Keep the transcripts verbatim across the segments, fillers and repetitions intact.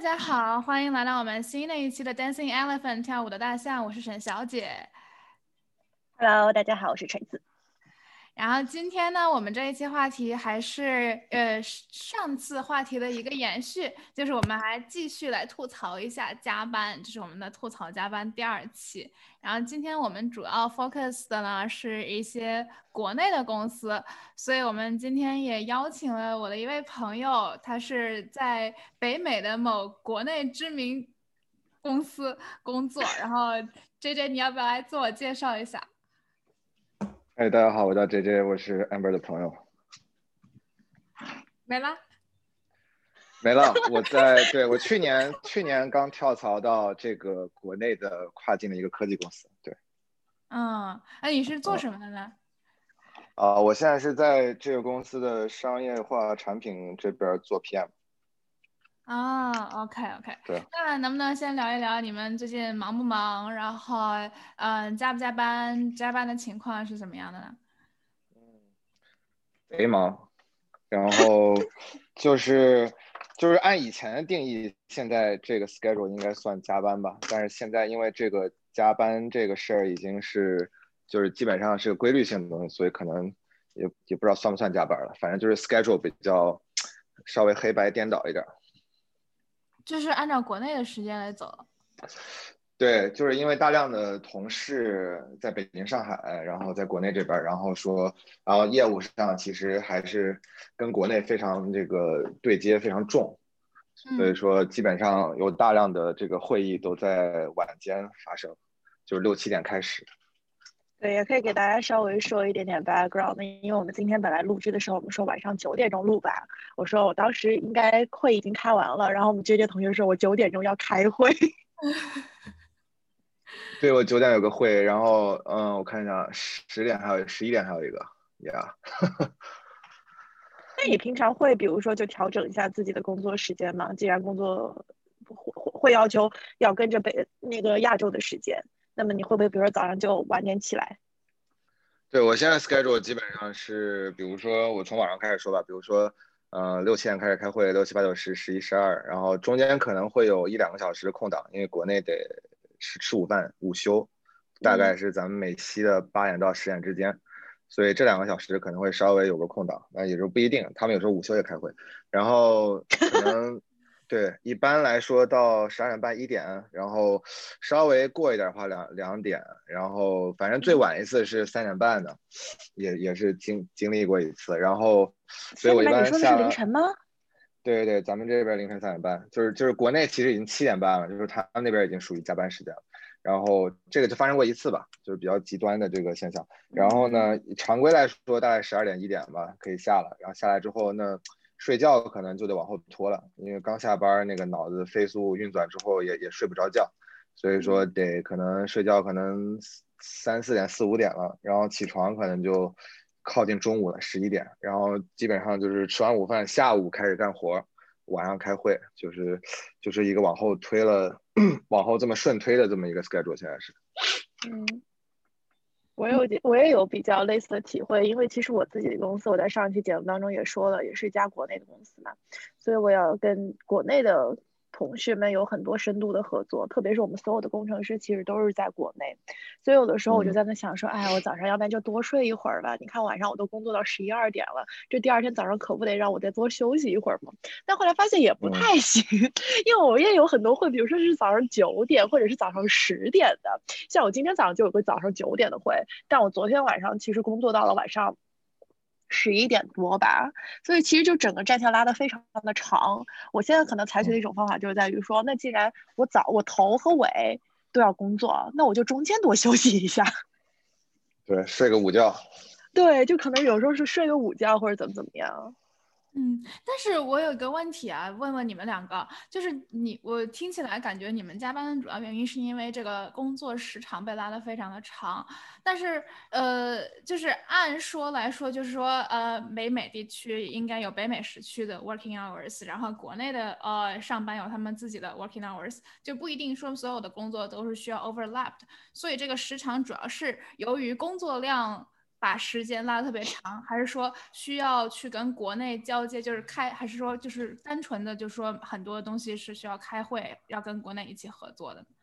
家好，欢迎来到我们新的一期的 Dancing Elephant 跳舞的大象，我是沈小姐。 Hello，大家好，我是橙子。 然后今天呢，我们这一期话题还是呃上次话题的一个延续，就是我们还继续来吐槽一下加班，这是我们的吐槽加班第二期。然后今天我们主要 focus 的呢是一些国内的公司，所以我们今天也邀请了我的一位朋友，他是在北美的某国内知名公司工作。然后 J J，你要不要来自我介绍一下？ 哎，大家好，我叫 J J，我是 Amber 的朋友。 没了。 没了，我在对我去年去年刚跳槽到这个国内的跨境的一个科技公司。对， 嗯，那你是做什么的呢？ 啊、呃我现在是在这个公司的商业化产品这边做 P M。 啊，OK OK， 对， 那能不能先聊一聊你们最近忙不忙？然后，嗯、加不加班？加班的情况是怎么样的呢？ 贼忙，然后就是就是按以前的定义，现在这个 schedule 应该算加班吧，但是现在因为这个加班这个事儿已经是就是基本上是个规律性的东西，所以可能也也不知道算不算加班了，反正就是 schedule 比较稍微黑白颠倒一点。 就是按照国内的时间来走。 对，就是因为大量的同事在北京、上海，然后在国内这边，然后说，然后业务上其实还是跟国内非常这个对接非常重，所以说基本上有大量的这个会议都在晚间发生，就是六七点开始。 对，也可以给大家稍微说一点点 background，因为我们今天本来录制的时候，我们说晚上九点钟录吧，我说我当时应该会已经开完了，然后我们 J J 同学说我九点钟要开会。 对，我九点有个会，然后嗯，我看一下，十点还有十一点还有一个呀。Yeah 那你平常会比如说就调整一下自己的工作时间吗？既然工作会会要求要跟着北那个亚洲的时间，那么你会不会比如说早上就晚点起来？ 对，我现在 schedule 基本上是，比如说我从晚上开始说吧，比如说，呃，六七点开始开会，六七八九十十一十二，然后中间可能会有一两个小时的空档，因为国内得吃吃午饭，午休，大概是咱们美西的八点到十点之间，所以这两个小时可能会稍微有个空档，那有时候不一定，他们有时候午休也开会，然后可能对，一般来说到十二点半一点，然后稍微过一点的话两两点，然后反正最晚一次是三点半的，也也是经经历过一次，然后所以我一三点半，你说的是凌般下， 晨吗？ 对对对，咱们这边凌晨三点半，就是就是国内其实已经七点半了，就是他们那边已经属于加班时间了，然后这个就发生过一次吧，就是比较极端的这个现象，然后呢，常规来说大概十二点一点吧可以下了，然后下来之后那。睡觉可能就得往后拖了，因为刚下班那个脑子飞速运转之后也也睡不着觉，所以说得可能睡觉可能三四点四五点了，然后起床可能就靠近中午了十一点，然后基本上就是吃完午饭下午开始干活，晚上开会，就是就是一个往后推了往后这么顺推的这么一个 schedule， 现在是。 嗯。我有我也有比较类似的体会，因为其实我自己的公司，我在上一期节目当中也说了，也是一家国内的公司嘛，所以我要跟国内的同事们有很多深度的合作，特别是我们所有的工程师其实都是在国内，所以有的时候我就嗯在那想说，哎，我早上要不然就多睡一会儿吧，你看晚上我都工作到十一二点了，这第二天早上可不得让我再多休息一会儿吗？但后来发现也不嗯太行，因为我也有很多会，比如说是早上九点或者是早上十点的，像我今天早上就有个早上九点的会，但我昨天晚上其实工作到了晚上十一点多吧，所以其实就整个战线拉得非常的长。我现在可能采取的一种方法就是在于说，那既然我早我头和尾都要工作，那我就中间多休息一下。 对，睡个午觉。 对，就可能有时候是睡个午觉或者怎么怎么样。 嗯，但是我有一个问题啊，问问你们两个，就是你，我听起来感觉你们加班的主要原因是因为这个工作时长被拉得非常的长，但是呃，就是按说来说，就是说呃，北美地区应该有北美时区的 working hours，然后国内的呃上班有他们自己的 working hours，就不一定说所有的工作都是需要 overlap 的，所以这个时长主要是由于工作量把时间拉得特别长，还是说需要去跟国内交接，就是开，还是说就是单纯的就是说很多东西是需要开会，要跟国内一起合作的？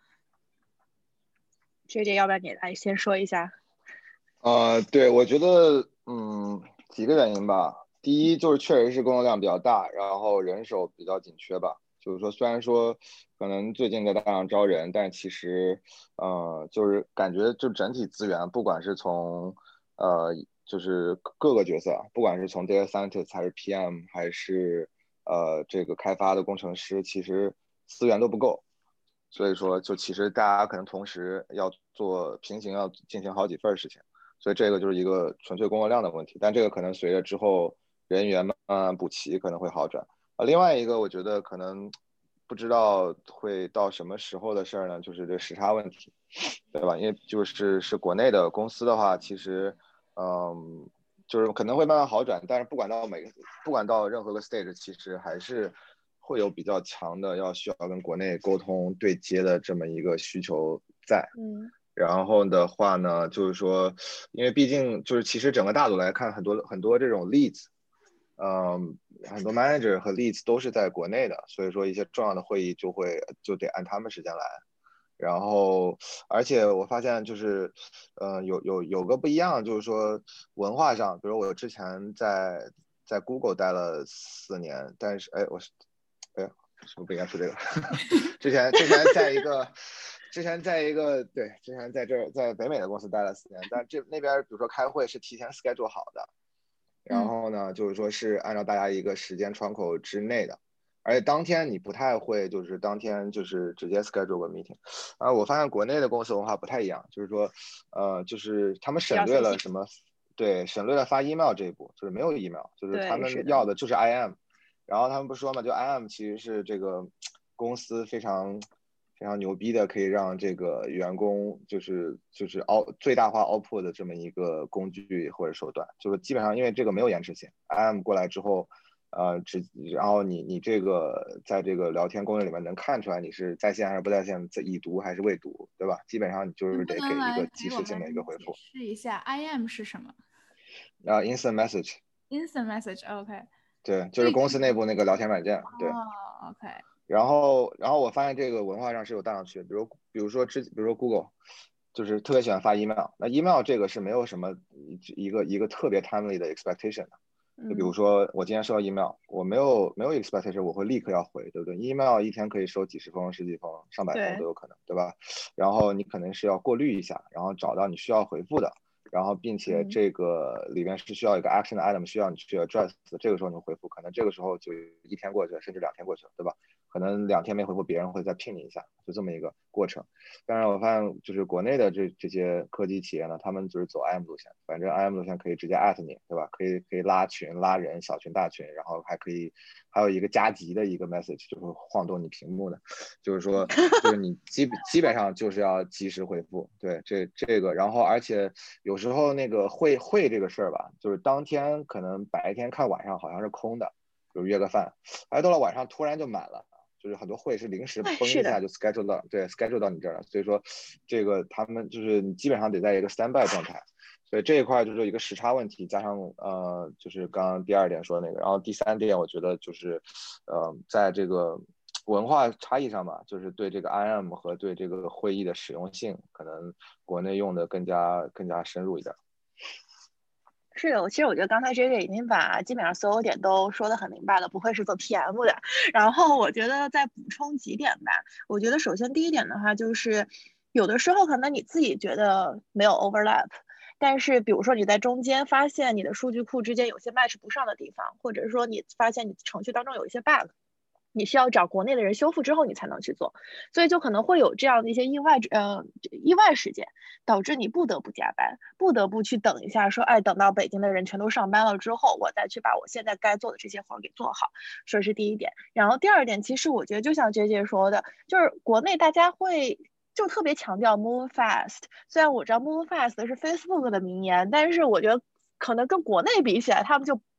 J J，要不然你来先说一下。 呃，对，我觉得，嗯，几个原因吧。第一就是确实是工作量比较大，然后人手比较紧缺吧。就是说，虽然说可能最近在大量招人，但其实，呃，就是感觉就整体资源，不管是从，呃，就是各个角色，不管是从 data scientist 还是 P M 还是呃这个开发的工程师，其实资源都不够。所以说，就其实大家可能同时要做平行要进行好几份事情。所以这个就是一个纯粹工作量的问题，但这个可能随着之后人员慢慢补齐可能会好转啊。另外一个我觉得可能不知道会到什么时候的事儿呢，就是这时差问题，对吧？因为就是是国内的公司的话，其实嗯，就是可能会慢慢好转，但是不管到每个不管到任何个 stage，其实还是会有比较强的要需要跟国内沟通对接的这么一个需求在。 嗯。 然后的话呢，就是说，因为毕竟就是其实整个大组来看，很多很多这种 leads， 嗯，很多 manager 和 leads 都是在国内的，所以说一些重要的会议就会就得按他们时间来。然后，而且我发现就是，呃，有有有个不一样，就是说文化上，比如我之前在在 Google 待了四年，但是哎，我是，哎，是不是不应该说这个？之前之前在一个。之前在一个对，之前在这儿在北美的公司待了四年，但这那边比如说开会是提前 schedule 好的，然后呢就是说是按照大家一个时间窗口之内的，而且当天你不太会就是当天就是直接 schedule 个 meeting， 啊，我发现国内的公司文化不太一样，就是说呃就是他们省略了什么，对，省略了发 email 这一步，就是没有 email， 就是他们要的就是 I M， 然后他们不说嘛，就 I M 其实是这个公司非常。非常牛逼的，可以让这个员工就是就是凹最大化 output 的这么一个工具或者手段，就是基本上因为这个没有延迟性 ，I M 过来之后，呃，只然后你你这个在这个聊天功能里面能看出来你是在线还是不在线，已读还是未读，对吧？基本上你就是得给一个及时性的一个回复。 试一下 I M 是什么？ 啊、uh, ，instant message。instant message，OK。 对，就是公司内部那个聊天软件。对。 哦 ，OK。 然后，然后我发现这个文化上是有大量区别，比如，比如说之，比如说 Google， 就是特别喜欢发 email， 那 email 这个是没有什么一个一个特别 timely 的 expectation 的，就比如说我今天收到 email， 我没有没有 expectation， 我会立刻要回，对不对 ？email 一天可以收几十封、十几封、上百封都有可能， 对, 对吧？然后你可能是要过滤一下，然后找到你需要回复的。然后，并且这个里面是需要一个 action item， 需要你去 address， 这个时候你回复，可能这个时候就一天过去了，甚至两天过去了，对吧？可能两天没回复，别人会再聘你一下，就这么一个过程。当然，我发现就是国内的这这些科技企业呢，他们就是走 I M 路线，反正 I M 路线可以直接 at 你，对吧？可以可以拉群、拉人、小群、大群，然后还可以还有一个加急的一个 message， 就是晃动你屏幕的，就是说就是你基基本上就是要及时回复。对，这这个，然后而且有时候那个会会这个事儿吧，就是当天可能白天看晚上好像是空的，比如约个饭，哎，到了晚上突然就满了。就是很多会是临时崩一下就 schedule 到，对 schedule 到你这儿了，所以说这个他们就是你基本上得在一个 standby 状态，所以这一块就是一个时差问题，加上呃就是刚刚第二点说的那个，然后第三点我觉得就是呃在这个文化差异上吧，就是对这个 I M 和对这个会议的使用性，可能国内用的更加更加深入一点。 是的，其实我觉得刚才 J J 已经把基本上所有点都说得很明白了，不愧是做 P M 的。然后我觉得再补充几点吧。我觉得首先第一点的话，就是有的时候可能你自己觉得没有 overlap， 但是比如说你在中间发现你的数据库之间有些 match 不上的地方，或者说你发现你程序当中有一些 bug，你需要找国内的人修复之后你才能去做，所以就可能会有这样的一些意外呃意外事件，导致你不得不加班，不得不去等一下说，哎，等到北京的人全都上班了之后，我再去把我现在该做的这些活给做好，这是第一点。然后第二点，其实我觉得就像 J J 说的，就是国内大家会就特别强调 move fast， 虽然我知道 move fast 是 Facebook 的名言，但是我觉得可能跟国内比起来，他们就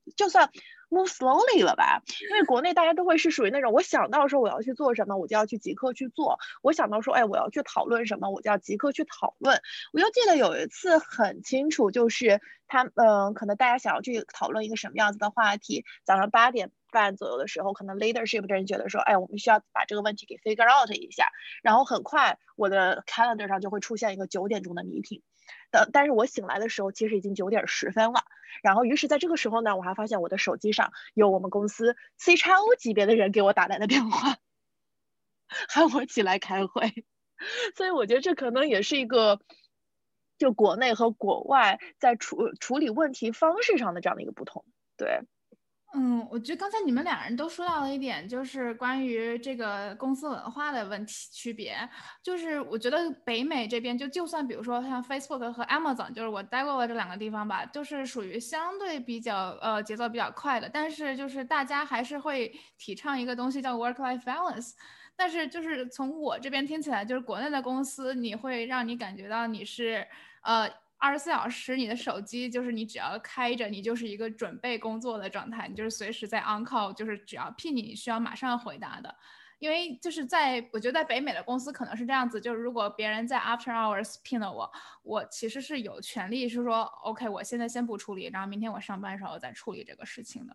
就算 move slowly 了吧，因为国内大家都会是属于那种，我想到说我要去做什么，我就要去即刻去做；我想到说，哎，我要去讨论什么，我就要即刻去讨论。我就记得有一次很清楚，就是他，嗯、呃，可能大家想要去讨论一个什么样子的话题，早上八点半左右的时候，可能 leadership 的人觉得说，哎，我们需要把这个问题给 figure out 一下，然后很快我的 calendar 上就会出现一个九点钟的 meeting。的，但是我醒来的时候其实已经九点十分了，然后于是在这个时候呢，我还发现我的手机上有我们公司 C X O 级别的人给我打来的电话，喊我起来开会，所以我觉得这可能也是一个就国内和国外在处处理问题方式上的这样的一个不同。对。 嗯，我觉得刚才你们两人都说到了一点，就是关于这个公司文化的问题区别。就是我觉得北美这边就就算比如说像 Facebook 和 Amazon， 就是我待过的这两个地方吧，就是属于相对比较呃节奏比较快的，但是就是大家还是会提倡一个东西叫 work-life balance。但是就是从我这边听起来，就是国内的公司，你会让你感觉到你是呃。二十四小时，你的手机就是你只要开着，你就是一个准备工作的状态，你就是随时在 on call，就是只要聘你，你需要马上回答的。因为就是在我觉得在北美的公司可能是这样子，就是如果别人在 after hours 聘了我，我其实是有权利是说 OK， 我现在先不处理，然后明天我上班的时候再处理这个事情的。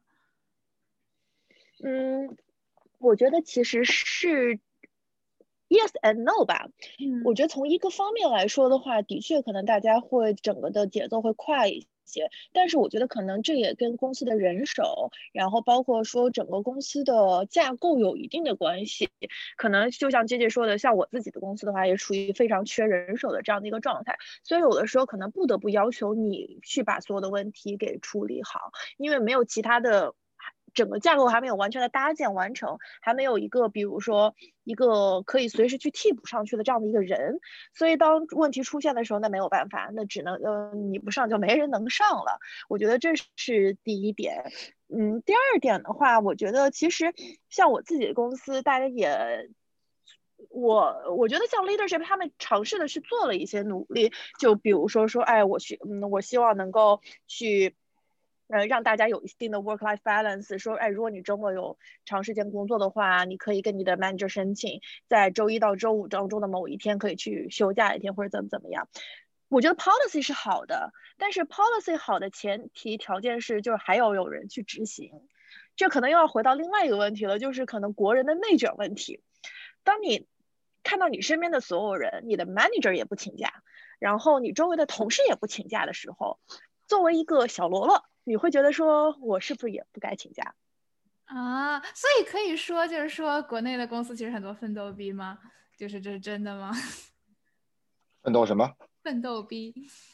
嗯，我觉得其实是 yes and no 吧。 嗯， 我觉得从一个方面来说的话，的确可能大家会整个的节奏会快一些，但是我觉得可能这也跟公司的人手，然后包括说整个公司的架构有一定的关系。可能就像杰杰说的，像我自己的公司的话，也处于非常缺人手的这样的一个状态，所以有的时候可能不得不要求你去把所有的问题给处理好，因为没有其他的。整个架构还没有完全的搭建完成，还没有一个比如说一个可以随时去替补上去的这样的一个人，所以当问题出现的时候，那没有办法，那只能呃你不上就没人能上了。我觉得这是第一点。嗯，第二点的话，我觉得其实像我自己的公司，大家也。我我觉得像 leadership 他们尝试的是做了一些努力，就比如说说，哎，我去，嗯，我希望能够去。呃，让大家有一定的 work-life balance，说，哎，如果你周末有长时间工作的话，你可以跟你的 manager 申请，在周一到周五当中的某一天可以去休假一天，或者怎么怎么样。我觉得 policy 是好的，但是 policy 好的前提条件是，就是还要有人去执行。这可能又要回到另外一个问题了，就是可能国人的内卷问题。当你看到你身边的所有人，你的 manager 也不请假，然后你周围的同事也不请假的时候，作为一个小喽啰，你会觉得说，我是不是也不该请假啊？所以可以说就是说国内的公司其实很多奋斗逼吗？就是这是真的吗？ 奋斗什么？ 奋斗逼。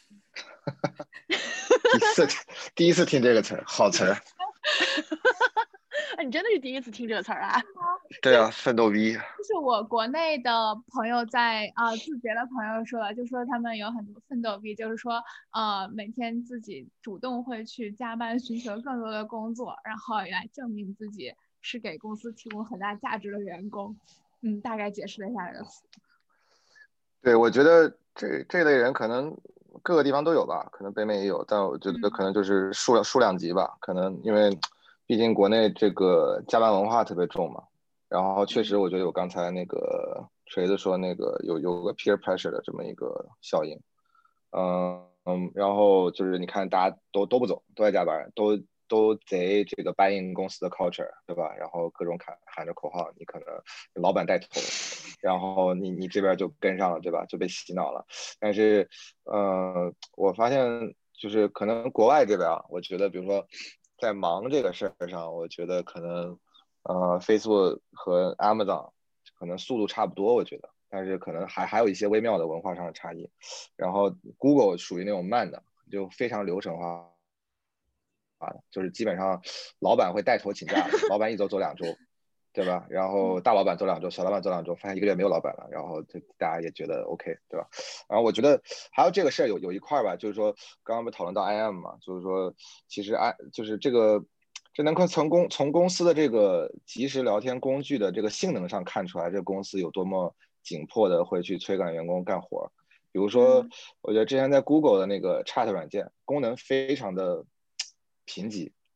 第一次第一次听这个词儿，好词儿。 啊，你真的是第一次听这个词儿啊？ 对啊，奋斗逼。 就是我国内的朋友在啊、呃，字节的朋友说了，就说他们有很多奋斗逼，就是说呃每天自己主动会去加班，寻求更多的工作，然后来证明自己是给公司提供很大价值的员工。嗯，大概解释了一下这个词。 对，我觉得这这类人可能各个地方都有吧，可能北美也有，但我觉得可能就是数量数量级吧，可能因为毕竟国内这个加班文化特别重嘛，然后确实我觉得有刚才那个锤子说那个有有个 peer pressure 的这么一个效应，嗯嗯，然后就是你看大家都都不走，都在加班，都都贼这个 buy in 公司的 culture， 对吧？然后各种喊喊着口号，你可能老板带头，然后你你这边就跟上了，对吧？就被洗脑了。但是，呃，我发现就是可能国外这边啊，我觉得比如说在忙这个事儿上，我觉得可能呃 Facebook 和 Amazon 可能速度差不多，我觉得。但是可能还还有一些微妙的文化上的差异，然后 Google 属于那种慢的，就非常流程化，就是基本上老板会带头请假，老板一走走两周，对吧？然后大老板走两周，小老板走两周，发现一个月没有老板了，然后就大家也觉得 OK， 对吧？然后我觉得还有这个事儿有有一块吧，就是说刚刚不讨论到 I M 嘛，就是说其实 I 就是这个。这能从公从公司的这个即时聊天工具的这个性能上看出来，这个公司有多么紧迫的会去催赶员工干活。比如说，我觉得之前在 Google 的那个 Chat 软件功能非常的贫瘠，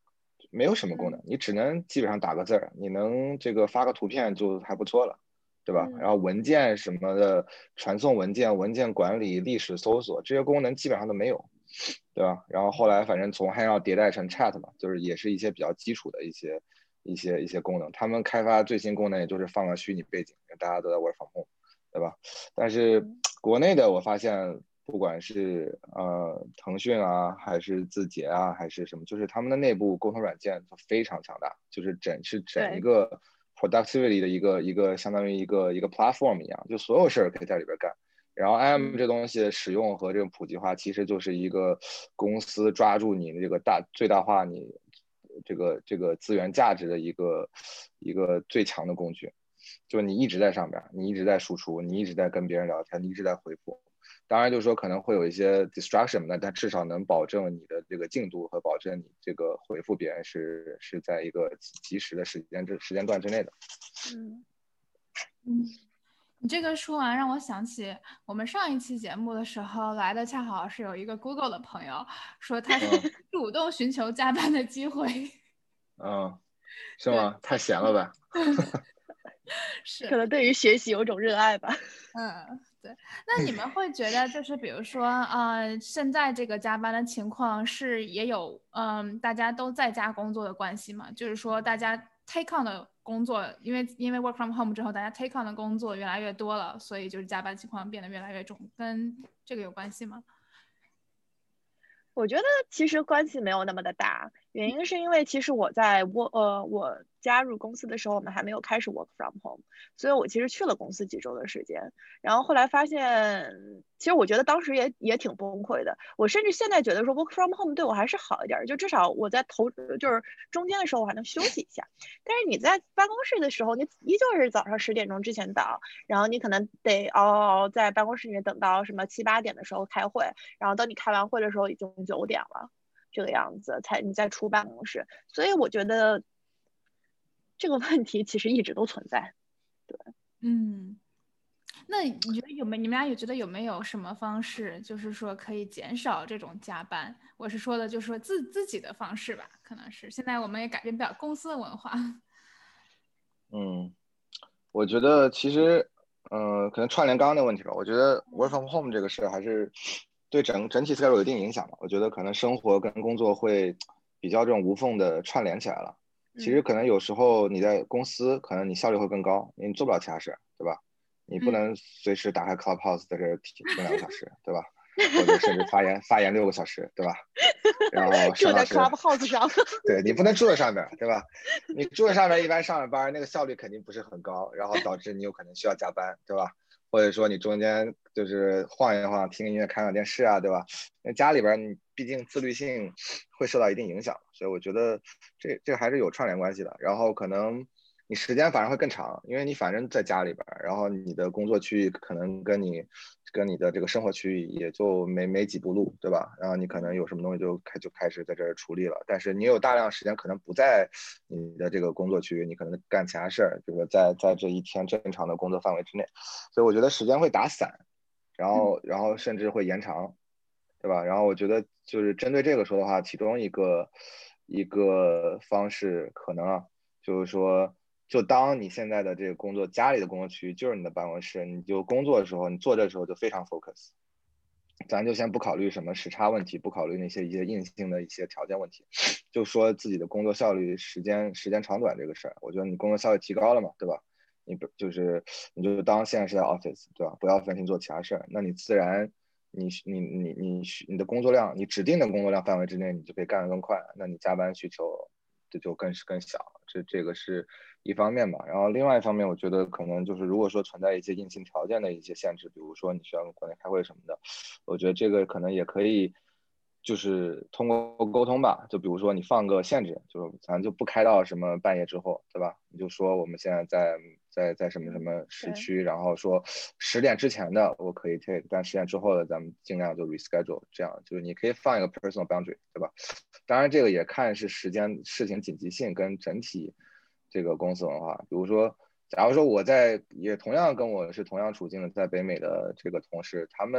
没有什么功能，你只能基本上打个字儿，你能这个发个图片就还不错了，对吧？然后文件什么的，传送文件、文件管理、历史搜索这些功能基本上都没有，对吧？然后后来反正从 Hangout 迭代成 Chat 嘛，就是也是一些比较基础的一些一些一些功能。他们开发最新功能也就是放个虚拟背景，大家都在 work from home， 对吧？但是国内的我发现，不管是呃腾讯啊，还是字节啊，还是什么，就是他们的内部沟通软件都非常强大，就是整是整一个 productivity 的一个一个相当于一个一个 platform 一样，就所有事儿可以在里边干。然后 I M 这东西使用和这种普及化，其实就是一个公司抓住你的这个大最大化你这个这个资源价值的一个一个最强的工具。就是你一直在上边，你一直在输出，你一直在跟别人聊天，你一直在回复。当然，就是说可能会有一些 distraction 的，但至少能保证你的这个进度和保证你这个回复别人是是在一个及时的时间之时间段之内的。 嗯嗯。你这个说完让我想起我们上一期节目的时候来的恰好是有一个 Google 的朋友说他是主动寻求加班的机会。 嗯，是吗？太闲了吧？ 是， 可能对于学习有种热爱吧。 嗯，对。那你们会觉得就是比如说呃现在这个加班的情况是也有嗯大家都在家工作的关系吗？就是说大家 take on 的工作，因为因为 work from home 之后，大家 take on 的工作越来越多了，所以就是加班情况变得越来越重，跟这个有关系吗？ 我觉得其实关系没有那么的大，原因是因为其实我在我呃我加入公司的时候，我们还没有开始 work from home，所以我其实去了公司几周的时间，然后后来发现，其实我觉得当时也也挺崩溃的。我甚至现在觉得说 work from home 对我还是好一点，就至少我在头就是中间的时候我还能休息一下。但是你在办公室的时候，你依旧是早上十点钟之前到，然后你可能得熬熬熬在办公室里面等到什么七八点的时候开会，然后等你开完会的时候已经九点了，这个样子才你再出办公室。所以我觉得这个问题其实一直都存在。对， 嗯，那你觉得有没你们俩有觉得有没有什么方式，就是说可以减少这种加班？我是说的，就是说自自己的方式吧，可能是现在我们也改变不了公司的文化。 嗯，我觉得其实，嗯、呃，可能串联刚刚那个问题吧。我觉得 work from home 这个事还是对整整体 schedule 有一定影响的。我觉得可能生活跟工作会比较这种无缝的串联起来了。其实可能有时候你在公司，可能你效率会更高，因为你做不了其他事，对吧？你不能随时打开 Clubhouse 在这听听两个小时，对吧？或者甚至发言发言六个小时，对吧？然后住在沈老师 Clubhouse 上， 对你不能住在上面，对吧？你住在上面，一般上了班那个效率肯定不是很高，然后导致你有可能需要加班，对吧？或者说你中间就是晃一晃，听个音乐，看个电视啊，对吧？那家里边你毕竟自律性会受到一定影响，所以我觉得这这还是有串联关系的。然后可能你时间反而会更长，因为你反正在家里边，然后你的工作区域可能跟你跟你的这个生活区域也就没没几步路，对吧？然后你可能有什么东西就开就开始在这儿处理了，但是你有大量时间可能不在你的这个工作区域，你可能干其他事儿，比如说在在这一天正常的工作范围之内，所以我觉得时间会打散，然后然后甚至会延长，对吧？然后我觉得就是针对这个说的话，其中一个一个方式可能啊，就是说。就当你现在的这个工作，家里的工作区域就是你的办公室，你就工作的时候，你做这时候就非常 focus。咱就先不考虑什么时差问题，不考虑那些一些硬性的一些条件问题，就说自己的工作效率、时间时间长短这个事儿。我觉得你工作效率提高了嘛，对吧？你不就是你就当现在是在 office， 对吧？不要分心做其他事儿，那你自然你你你你你的工作量，你指定的工作量范围之内，你就可以干得更快，那你加班需求这就更更小。这这个是一方面吧，然后另外一方面，我觉得可能就是如果说存在一些硬性条件的一些限制，比如说你需要跟国内开会什么的，我觉得这个可能也可以，就是通过沟通吧，就比如说你放个限制，就是咱就不开到什么半夜之后，对吧？你就说我们现在在在在什么什么时区，然后说十点之前的我可以 take，但十点之后的咱们尽量就 reschedule，这样就是你可以放一个 personal boundary，对吧？当然这个也看是时间事情紧急性跟整体这个公司文化，比如说。假如说我在也同样跟我是同样处境的，在北美的这个同事，他们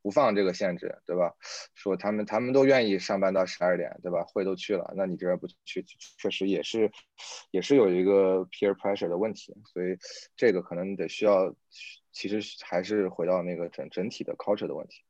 不放这个限制，对吧？说他们他们都愿意上班到十二点，对吧？会都去了，那你这边不去，确实也是也是有一个 peer pressure 的问题，所以这个可能得需要，其实还是回到那个整整体的 culture 的问题。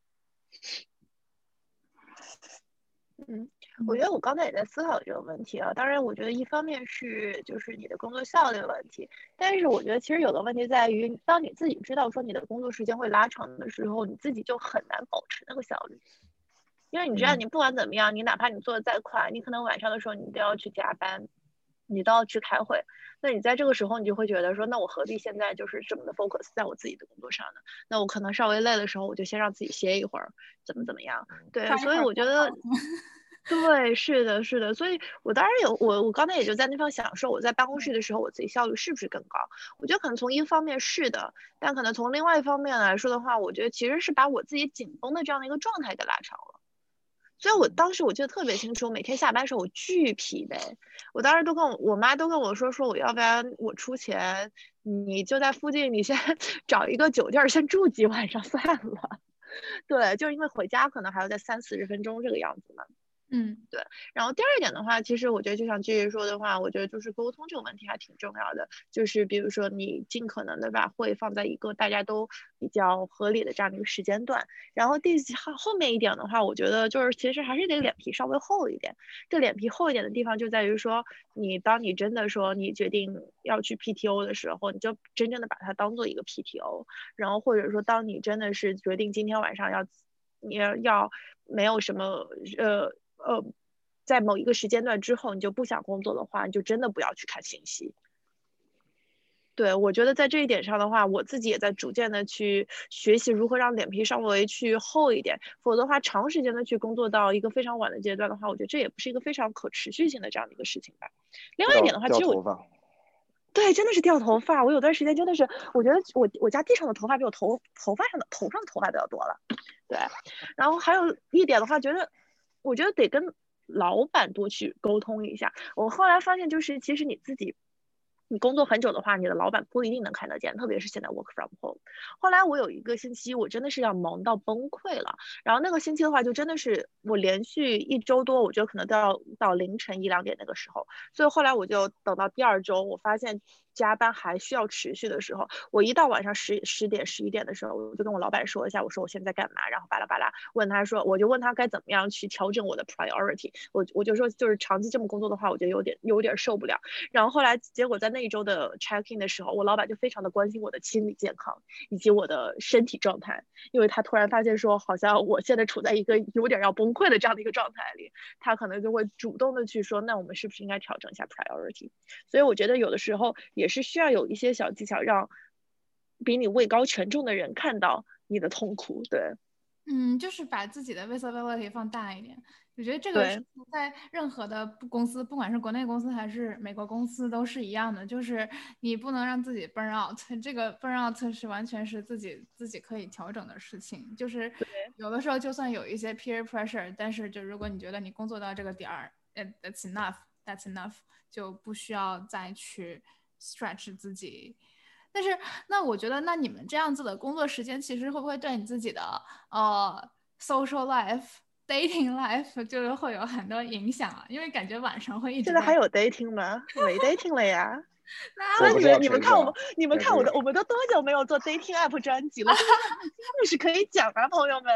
嗯，我觉得我刚才也在思考这个问题啊。当然，我觉得一方面是就是你的工作效率的问题，但是我觉得其实有个问题在于，当你自己知道说你的工作时间会拉长的时候，你自己就很难保持那个效率。因为你知道，你不管怎么样，你哪怕你做的再快，你可能晚上的时候你都要去加班，你都要去开会。那你在这个时候，你就会觉得说，那我何必现在就是这么的 focus 在我自己的工作上呢？那我可能稍微累的时候，我就先让自己歇一会儿，怎么怎么样？对，所以我觉得。对，是的，是的，所以我当然有我我刚才也就在那方想说，我在办公室的时候，我自己效率是不是更高？我觉得可能从一方面是的，但可能从另外一方面来说的话，我觉得其实是把我自己紧绷的这样的一个状态给拉长了。所以我当时我记得特别清楚，我每天下班的时候我巨疲惫，我当时都跟我我妈都跟我说说我要不然我出钱，你就在附近你先找一个酒店先住几晚上算了。对，就是因为回家可能还要在三四十分钟这个样子嘛。 嗯， 对。然后第二点的话，其实我觉得就像继续说的话，我觉得就是沟通这个问题还挺重要的。就是比如说你尽可能的把会放在一个大家都比较合理的这样的一个时间段。然后第后后面一点的话，我觉得就是其实还是得脸皮稍微厚一点。这脸皮厚一点的地方就在于说，你当你真的说你决定要去 P T O 的时候，你就真正的把它当做一个 P T O。然后或者说当你真的是决定今天晚上要你要没有什么呃。呃，在某一个时间段之后，你就不想工作的话，你就真的不要去看信息。对，我觉得在这一点上的话，我自己也在逐渐的去学习如何让脸皮稍微去厚一点，否则的话，长时间的去工作到一个非常晚的阶段的话，我觉得这也不是一个非常可持续性的这样的一个事情吧。另外一点的话，其实我对，真的是掉头发。我有段时间真的是，我觉得我我家地上的头发比我头头发上的头上的头发都要多了。对，然后还有一点的话，觉得。我觉得得跟老板多去沟通一下。我后来发现，就是其实你自己，你工作很久的话，你的老板不一定能看得见，特别是现在 work from home。后来我有一个星期，我真的是要忙到崩溃了。然后那个星期的话，就真的是我连续一周多，我觉得可能都要到凌晨一两点那个时候。所以后来我就等到第二周，我发现加班还需要持续的时候，我一到晚上十十点十一点的时候，我就跟我老板说一下，我说我现在干嘛，然后巴拉巴拉问他说，我就问他该怎么样去调整我的 priority。我我就说就是长期这么工作的话，我就有点有点受不了。然后后来结果在那一周的 check in 的时候，我老板就非常的关心我的心理健康以及我的身体状态，因为他突然发现说好像我现在处在一个有点要崩溃的这样的一个状态里，他可能就会主动的去说，那我们是不是应该调整一下 priority。所以我觉得有的时候也是需要有一些小技巧，让比你位高权重的人看到你的痛苦。对， 嗯，就是把自己的 visibility 放大一点。我觉得这个是在任何的公司，不管是国内公司还是美国公司都是一样的，就是你不能让自己 burn out。这个 burn out 是完全是自己自己可以调整的事情。就是有的时候就算有一些 peer pressure， 但是就如果你觉得你工作到这个点儿 ，that's enough，that's enough， 就不需要再去 stretch 自己。但是那我觉得那你们这样子的工作时间其实会不会对你自己的呃 social life dating life 就是会有很多影响啊？因为感觉晚上会一直现在还有 dating 吗？没 dating 了呀。 那你们你们看我们你们看我的我们都多久没有做 dating app 专辑了？故事可以讲啊，朋友们。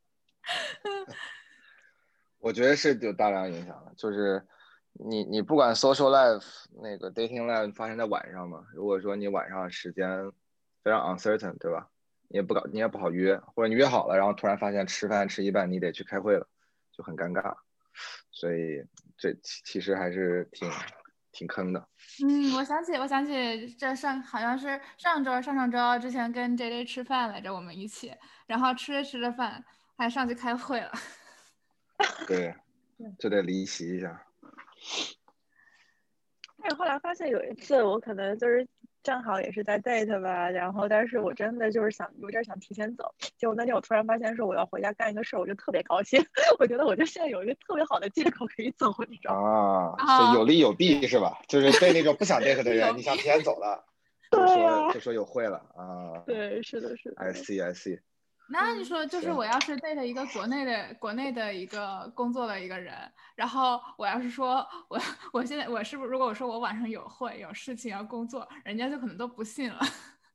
我觉得是有大量影响的，就是你你不管 social life 那个 dating life 发生在晚上嘛，如果说你晚上时间非常 uncertain， 对吧？你也不搞你也不好约，或者你约好了，然后突然发现吃饭吃一半你得去开会了，就很尴尬。所以这其实还是挺挺坑的。 嗯，我想起我想起这上好像是上周上上周之前跟 J J 吃饭来着，我们一起，然后吃着吃着饭还上去开会了。 对，就得离席一下。 但是后来发现有一次我可能就是正好也是在 date 吧，然后但是我真的就是想有点想提前走，结果那天我突然发现说我要回家干一个事儿，我就特别高兴。我觉得我就现在有一个特别好的借口可以走，你知道吗？ 啊，所以有利有弊是吧？就是对那种不想 date 的人，你想提前走了，就说就说有会了啊。 对，是的，是的。 I see, I see。 那你说，就是我要是 date 一个国内的国内的一个工作的一个人，然后我要是说我我现在我是不是如果我说我晚上有会有事情要工作，人家就可能都不信了。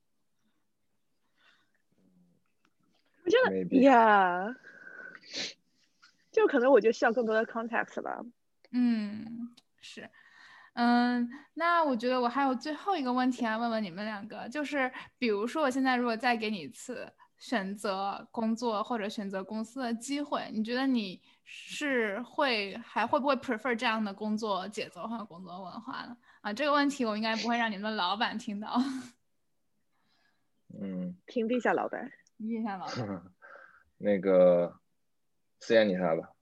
我觉得 Maybe ，Yeah， 就可能我觉得需要更多的 context 吧。 嗯，是。嗯，那我觉得我还有最后一个问题要问问你们两个，就是比如说我现在如果再给你一次选择工作或者选择公司的机会，你觉得你是会还会不会 prefer 这样的工作节奏和工作文化呢？啊，这个问题我应该不会让你们的老板听到。 嗯， 屏蔽一下老板。 屏蔽一下老板。 那个思妍你看吧。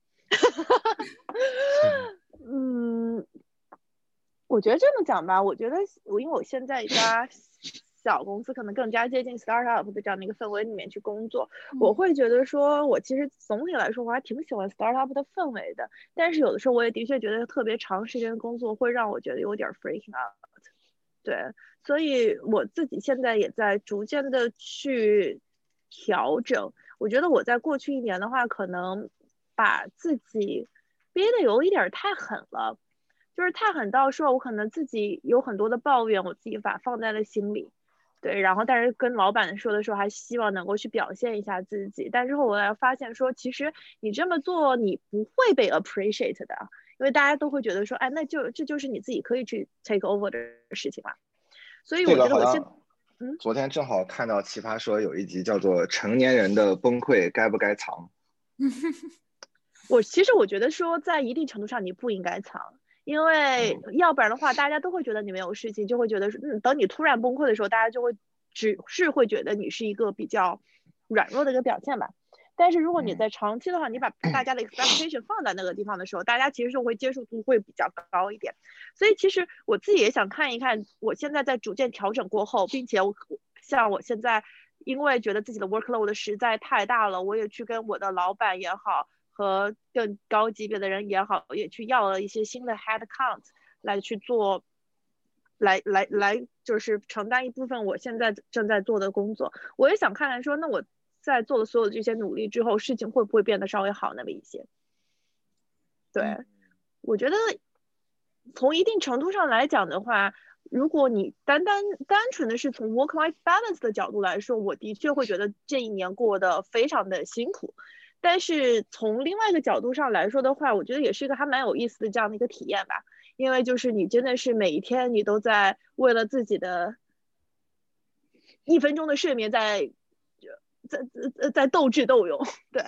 嗯，我觉得这么讲吧，我觉得我因为我现在一家小公司，可能更加接近 startup 的这样的一个氛围里面去工作， 嗯、 我会觉得说，我其实总体来说我还挺喜欢 startup 的氛围的，但是有的时候我也的确觉得特别长时间工作会让我觉得有点 freaking out。对，所以我自己现在也在逐渐的去调整。我觉得我在过去一年的话，可能把自己憋得有一点太狠了。就是太狠到说，我可能自己有很多的抱怨，我自己把放在了心里，对，然后但是跟老板说的时候，还希望能够去表现一下自己，但之后我来发现说，其实你这么做，你不会被 appreciate 的，因为大家都会觉得说，哎，那就这就是你自己可以去 take over 的事情嘛，所以我觉得我现， 嗯，昨天正好看到奇葩说有一集叫做《成年人的崩溃该不该藏》。 我其实我觉得说，在一定程度上你不应该藏。因为要不然的话，大家都会觉得你没有事情，就会觉得，嗯，等你突然崩溃的时候，大家就会只是会觉得你是一个比较软弱的一个表现吧。但是如果你在长期的话，你把大家的 expectation 放在那个地方的时候，大家其实是会接受度会比较高一点。所以其实我自己也想看一看，我现在在逐渐调整过后，并且我像我现在因为觉得自己的 workload 实在太大了，我也去跟我的老板也好，和更高级别的人也好，也去要了一些新的 head count 来去做，来来来，就是承担一部分我现在正在做的工作。我也想看看说，那我在做了所有的这些努力之后，事情会不会变得稍微好那么一些？对，嗯、我觉得从一定程度上来讲的话，如果你单单单纯的是从 work-life balance 的角度来说，我的确会觉得这一年过得非常的辛苦。但是从另外一个角度上来说的话，我觉得也是一个还蛮有意思的这样的一个体验吧。因为就是你真的是每一天你都在为了自己的一分钟的睡眠在在在在斗智斗勇。对，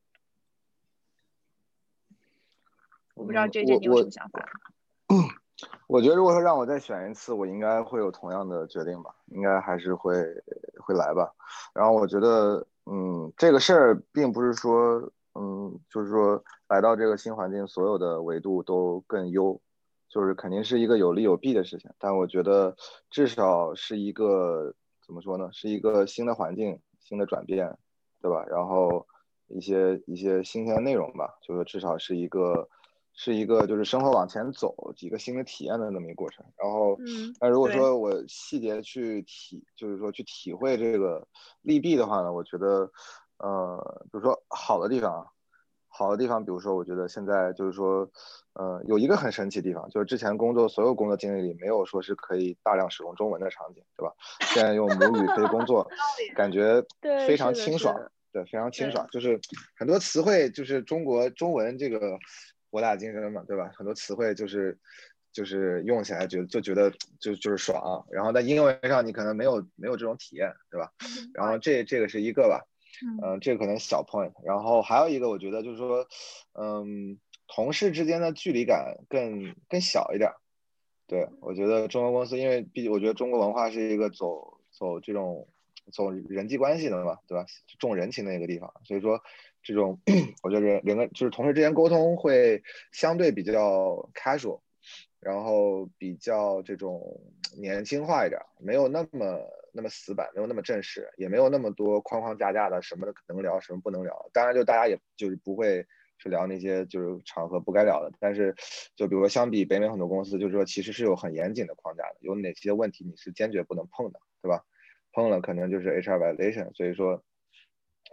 我不知道 J J 你有什么想法？ 我觉得如果说让我再选一次，我应该会有同样的决定吧，应该还是会会来吧。然后我觉得，嗯，这个事儿并不是说，嗯，就是说来到这个新环境，所有的维度都更优，就是肯定是一个有利有弊的事情。但我觉得至少是一个怎么说呢，是一个新的环境，新的转变，对吧？然后一些一些新鲜的内容吧，就是至少是一个。是一个就是生活往前走几个新的体验的那么一个过程，然后，那如果说我细节去体，就是说去体会这个利弊的话呢，我觉得，呃，比如说好的地方，好的地方，比如说我觉得现在就是说，呃，有一个很神奇的地方，就是之前工作所有工作经历里没有说是可以大量使用中文的场景，对吧？现在用母语可以工作，感觉非常清爽，对，非常清爽，就是很多词汇就是中国中文这个。博大精深嘛，对吧？很多词汇就是就是用起来觉就觉得就就是爽，然后在英文上你可能没有没有这种体验，对吧？然后这这个是一个吧，嗯、呃，这个可能小 point。然后还有一个，我觉得就是说，嗯，同事之间的距离感更更小一点。对，我觉得中国公司，因为毕竟我觉得中国文化是一个走走这种走人际关系的嘛，对吧？重人情的一个地方，所以说。这种我觉得人人跟就是同事之间沟通会相对比较 casual， 然后比较这种年轻化一点，没有那么那么死板，没有那么正式，也没有那么多框框架架的，什么能聊什么不能聊。当然，就大家也就是不会去聊那些就是场合不该聊的。但是，就比如说相比北美很多公司，就是说其实是有很严谨的框架的，有哪些问题你是坚决不能碰的，对吧？碰了可能就是 H R violation， 所以说。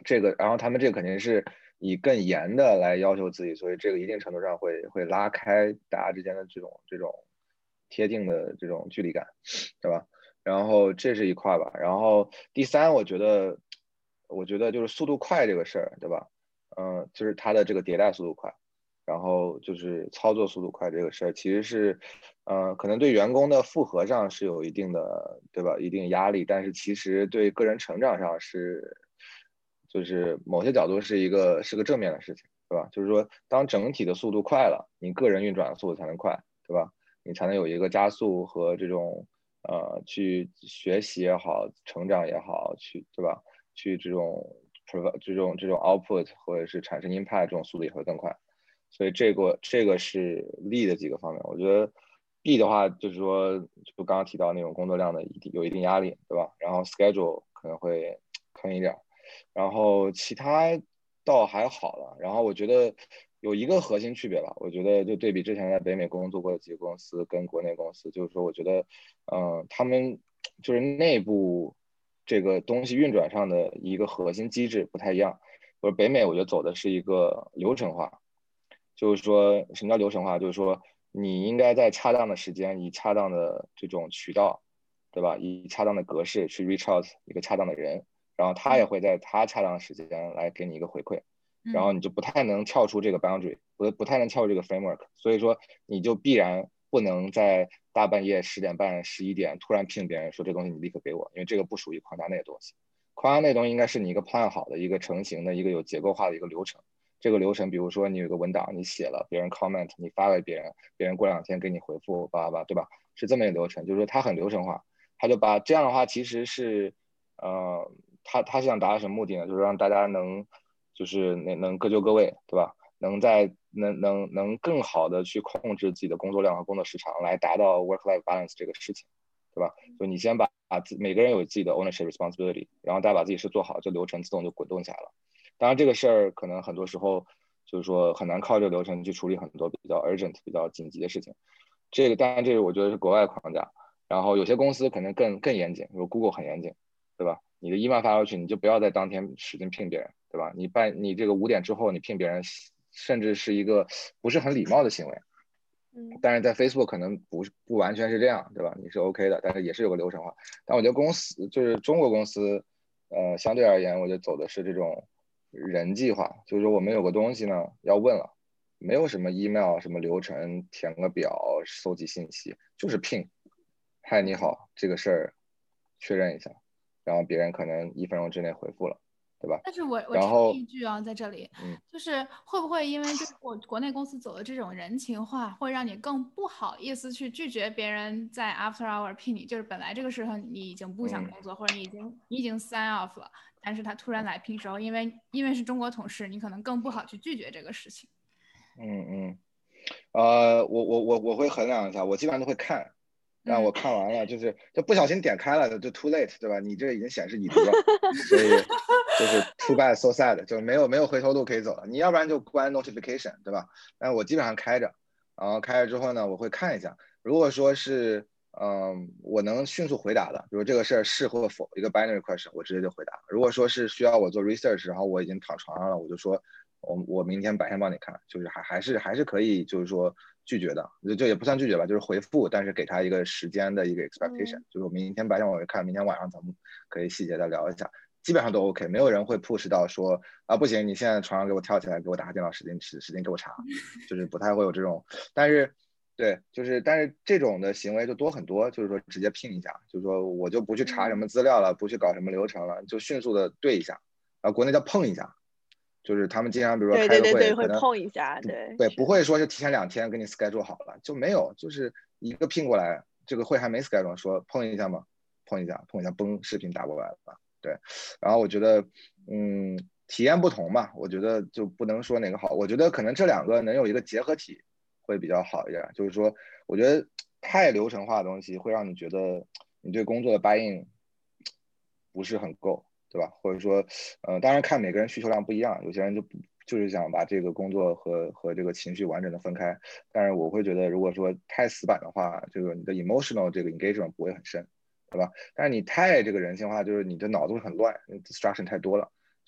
这个，然后他们这个肯定是以更严的来要求自己，所以这个一定程度上会会拉开大家之间的这种这种贴近的这种距离感，对吧？然后这是一块吧，然后第三，我觉得我觉得就是速度快这个事儿，对吧？嗯、呃，就是它的这个迭代速度快。然后就是操作速度快这个事儿，其实是，呃，可能对员工的复合上是有一定的，对吧？一定压力，但是其实对个人成长上是，就是某些角度是一个是个正面的事情，对吧？就是说，当整体的速度快了，你个人运转的速度才能快，对吧？你才能有一个加速和这种，呃，去学习也好，成长也好，去，对吧？去这种这种这种 output 或者是产生 impact 这种速度也会更快。所以这个这个是利的几个方面，我觉得弊的话就是说，就刚刚提到那种工作量的一定有一定压力，对吧？然后 schedule 可能会坑一点，然后其他倒还好了。然后我觉得有一个核心区别吧，我觉得就对比之前在北美工作过的几个公司跟国内公司，就是说我觉得，嗯、呃，他们就是内部这个东西运转上的一个核心机制不太一样。或者北美我觉得走的是一个流程化。就是说什么叫流程化？就是说你应该在恰当的时间，以恰当的这种渠道，对吧？以恰当的格式去 reach out 一个恰当的人，然后他也会在他恰当的时间来给你一个回馈，然后你就不太能跳出这个 boundary， 不不太能跳出这个 framework， 所以说你就必然不能在大半夜十点半、十一点突然聘别人说这东西你立刻给我，因为这个不属于框架内的东西。框架内的东西应该是你一个 plan 好的一个成型的一个有结构化的一个流程。这个流程，比如说你有个文档，你写了，别人 comment，你发给别人，别人过两天给你回复，叭叭，对吧？是这么一个流程，就是说它很流程化，他就把这样的话其实是，呃，他他是想达到什么目的呢？就是让大家能，就是能能各就各位，对吧？能在能能能更好的去控制自己的工作量和工作时长，来达到 work-life balance 这个事情，对吧？就你先把把每个人有自己的 ownership responsibility，然后大家把自己事做好，这流程自动就滚动起来了。当然，这个事儿可能很多时候就是说很难靠这个流程去处理很多比较 urgent、比较紧急的事情。这个当然，这个我觉得是国外框架。然后有些公司可能更更严谨，比如 Google 很严谨，对吧？你的 email 发出去，你就不要在当天使劲聘别人，对吧？你办你这个五点之后你聘别人，甚至是一个不是很礼貌的行为。但是在 Facebook 可能不不完全是这样，对吧？你是 OK 的，但是也是有个流程化。但我觉得公司就是中国公司，呃，相对而言，我觉得走的是这种人计划，就是说我们有个东西呢要问了，没有什么 email 什么流程，填个表，搜集信息，就是聘，嗨你好，这个事儿确认一下，然后别人可能一分钟之内回复了，对吧？ 但是我我提然后一句啊，在这里， 嗯， 就是会不会因为就是国国内公司走的这种人情化，会让你更不好意思去拒绝别人在 after hour 聘你？就是本来这个时候你已经不想工作，或者你已经你已经 sign off 了，但是他突然来聘时候，因为因为是中国同事，你可能更不好去拒绝这个事情。 嗯嗯，呃，我我我我会衡量一下，我基本上都会看，但我看完了就是就不小心点开了，就 too late，对吧？你这已经显示已读了，所以就是 too bad so sad，就没有没有回头路可以走了。你要不然就关 notification，对吧？但我基本上开着，然后开着之后呢，我会看一下，如果说是嗯我能迅速回答的，比如这个事儿是或否一个 binary question，我直接就回答。如果说是需要我做 research，然后我已经躺床上了，我就说。我我明天白天帮你看，就是还还是还是可以，就是说拒绝的，就就也不算拒绝吧，就是回复，但是给他一个时间的一个 expectation，、嗯、就是我明天白天我会看，明天晚上咱们可以细节的聊一下，基本上都 OK， 没有人会 push 到说啊不行，你现在床上给我跳起来，给我打开电脑，使劲使使劲给我查，就是不太会有这种，但是对，就是但是这种的行为就多很多，就是说直接拼一下，就是说我就不去查什么资料了，不去搞什么流程了，就迅速的对一下，啊，国内叫碰一下。就是他们经常比如说开个会， 对对对对， 可能会碰一下，对对，不会说是提前两天给你 schedule 好了，就没有，就是一个拼过来，这个会还没 schedule， 说碰一下嘛，碰一下，碰一下，嘣，视频打过来了，对。然后我觉得，嗯，体验不同嘛，我觉得就不能说哪个好，我觉得可能这两个能有一个结合体会比较好一点。就是说，我觉得太流程化的东西会让你觉得你对工作的 buy in 不是很够。对吧？或者说，呃，当然看每个人需求量不一样，有些人就就是想把这个工作和和这个情绪完整的分开。但是我会觉得，如果说太死板的话，这个你的 emotional 这个 engagement 不会很深，对吧？但是你太这个人性化，就是你的脑子会很乱 ，distraction 太多了，